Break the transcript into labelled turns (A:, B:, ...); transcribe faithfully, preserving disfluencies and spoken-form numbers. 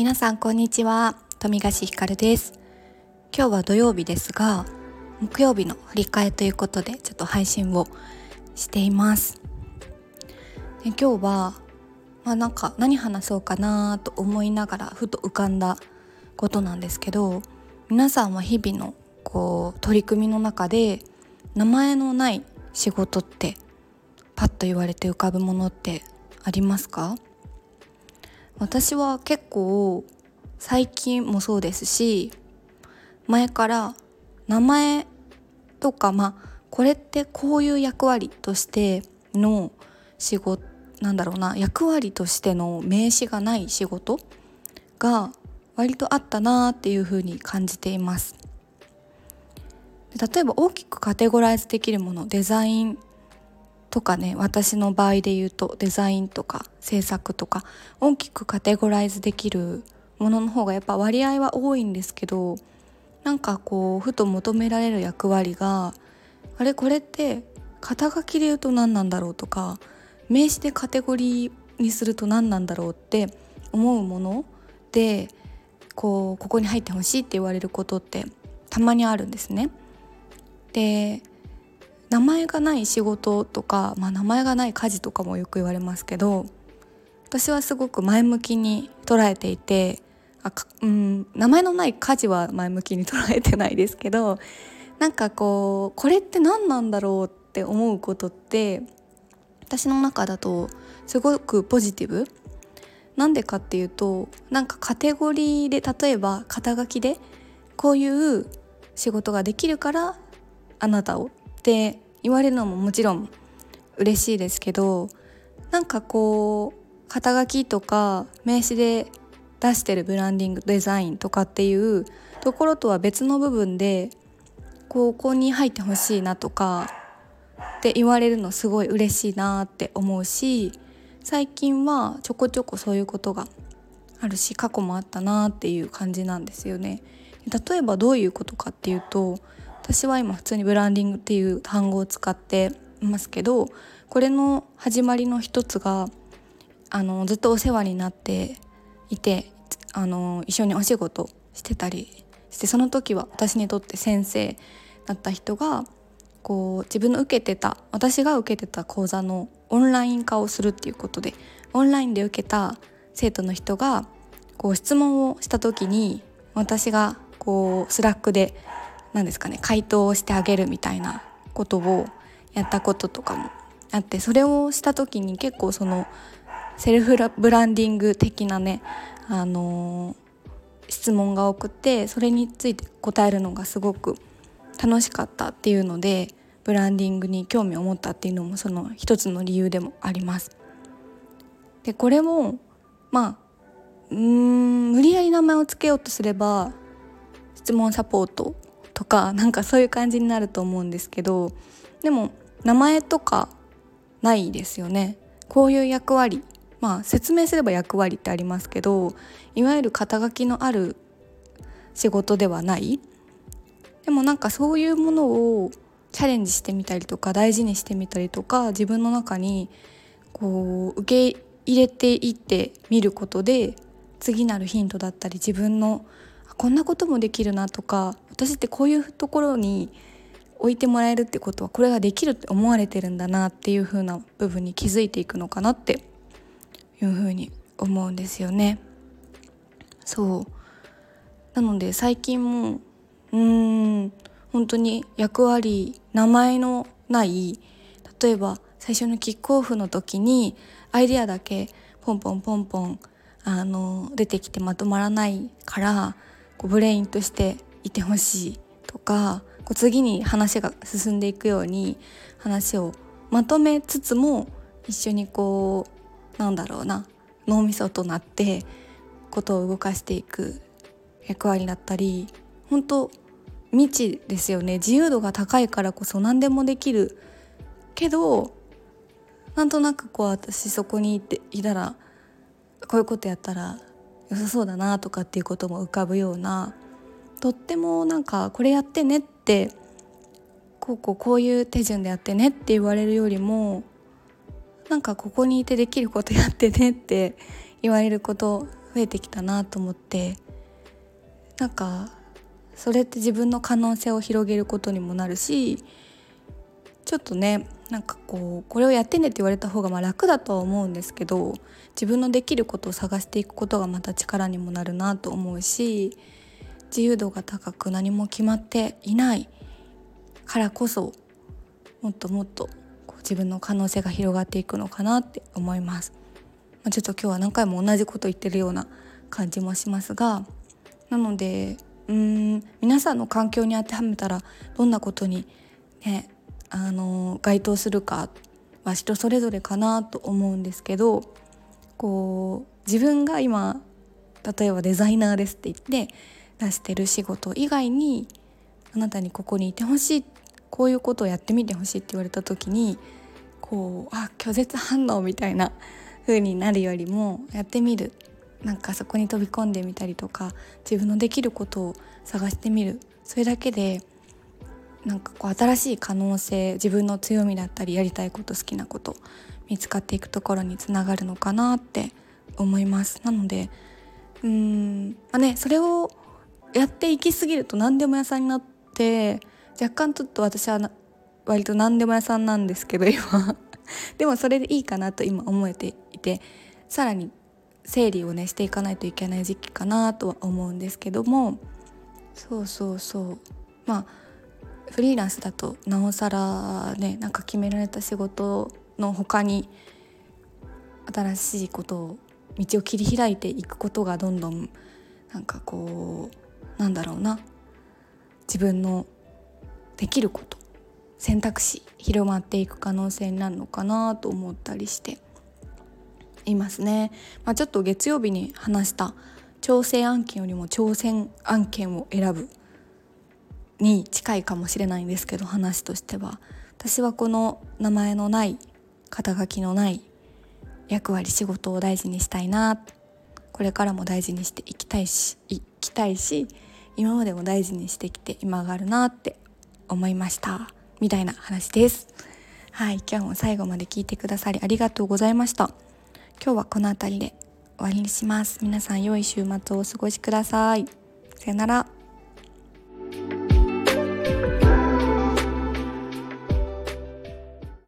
A: 皆さんこんにちは、富樫ひかるです。今日は土曜日ですが、木曜日の振り替えということでちょっと配信をしています。で今日は、まあ、なんか何話そうかなと思いながらふと浮かんだことなんですけど、皆さんは日々のこう取り組みの中で名前のない仕事ってパッと言われて浮かぶものってありますか？私は結構最近もそうですし、前から名前とか、まあこれってこういう役割としての仕事なんだろうな役割としての名詞がない仕事が割とあったなっていうふうに感じています。例えば大きくカテゴライズできるもの、デザインとかね、私の場合で言うとデザインとか制作とか大きくカテゴライズできるものの方がやっぱ割合は多いんですけど、なんかこうふと求められる役割があれこれって肩書きで言うと何なんだろうとか、名詞でカテゴリーにすると何なんだろうって思うもので、こうここに入ってほしいって言われることってたまにあるんですね。で名前がない仕事とか、まあ、名前がない家事とかもよく言われますけど、私はすごく前向きに捉えていて、あか、うん、名前のない家事は前向きに捉えてないですけど、なんかこうこれって何なんだろうって思うことって私の中だとすごくポジティブなんでかっていうと、なんかカテゴリーで例えば肩書きでこういう仕事ができるからあなたをって言われるのももちろん嬉しいですけど、なんかこう肩書きとか名刺で出してるブランディングデザインとかっていうところとは別の部分でここに入ってほしいなとかって言われるのすごい嬉しいなって思うし、最近はちょこちょこそういうことがあるし、過去もあったなっていう感じなんですよね。例えばどういうことかっていうと、私は今普通にブランディングっていう単語を使っていますけど、これの始まりの一つがあのずっとお世話になっていて、あの一緒にお仕事してたりして、その時は私にとって先生だった人がこう自分の受けてた私が受けてた講座のオンライン化をするっていうことで、オンラインで受けた生徒の人がこう質問をした時に、私がこうスラックで何ですかね回答をしてあげるみたいなことをやったこととかもあって、それをした時に結構そのセルフブランディング的なね、あのー、質問が多くて、それについて答えるのがすごく楽しかったっていうので、ブランディングに興味を持ったっていうのもその一つの理由でもあります。でこれもまあうーん無理やり名前をつけようとすれば質問サポートとかなんかそういう感じになると思うんですけど、でも名前とかないですよね。こういう役割、まあ説明すれば役割ってありますけど、いわゆる肩書きのある仕事ではない。でもなんかそういうものをチャレンジしてみたりとか大事にしてみたりとか、自分の中にこう受け入れていってみることで、次なるヒントだったり、自分のこんなこともできるなとか、私ってこういうところに置いてもらえるってことはこれができるって思われてるんだなっていう風な部分に気づいていくのかなっていう風に思うんですよね。そうなので最近もうーん本当に役割、名前のない例えば最初のキックオフの時にアイデアだけポンポンポンポンあの出てきてまとまらないから、こうブレインとしていてほしいとか、こう次に話が進んでいくように話をまとめつつも一緒にこうなんだろうな脳みそとなってことを動かしていく役割だったり、本当未知ですよね。自由度が高いからこそ何でもできるけど、なんとなくこう私そこにいていたらこういうことやったら良さそうだなとかっていうことも浮かぶような、とってもなんかこれやってねってこうこうこういう手順でやってねって言われるよりも、なんかここにいてできることやってねって言われること増増えてきたなと思って、なんかそれって自分の可能性を広げることにもなるし、ちょっとねなんかこうこれをやってねって言われた方がまあ楽だとは思うんですけど、自分のできることを探していくことがまた力にもなるなと思うし、自由度が高く何も決まっていないからこそ、もっともっとこう自分の可能性が広がっていくのかなって思います。まあ、ちょっと今日は何回も同じこと言ってるような感じもしますが、なのでうーん皆さんの環境に当てはめたらどんなことにねあの該当するかは人それぞれかなと思うんですけど、こう自分が今例えばデザイナーですって言って出してる仕事以外に、あなたにここにいてほしい、こういうことをやってみてほしいって言われた時に、こうあ拒絶反応みたいな風になるよりも、やってみる、なんかそこに飛び込んでみたりとか、自分のできることを探してみる、それだけでなんかこう新しい可能性、自分の強みだったりやりたいこと、好きなこと見つかっていくところにつながるのかなって思います。なのでうーん、まあね、それをやっていきすぎると何でも屋さんになって、若干ちょっと私は割と何でも屋さんなんですけど今でもそれでいいかなと今思えていて、さらに整理をねしていかないといけない時期かなとは思うんですけども、そうそうそう、まあフリーランスだとなおさらね、なんか決められた仕事の他に新しいことを道を切り開いていくことがどんどんなんかこうなんだろうな、自分のできること、選択肢広まっていく可能性になるのかなと思ったりしていますね。まあ、ちょっと月曜日に話した調整案件よりも挑戦案件を選ぶに近いかもしれないんですけど、話としては私はこの名前のない肩書きのない役割、仕事を大事にしたいな、これからも大事にしていきたいしいきたいし今までも大事にしてきて今があるなって思いましたみたいな話です。はい、今日も最後まで聞いてくださりありがとうございました。今日はこの辺りで終わりにします。皆さん良い週末をお過ごしください。さよなら。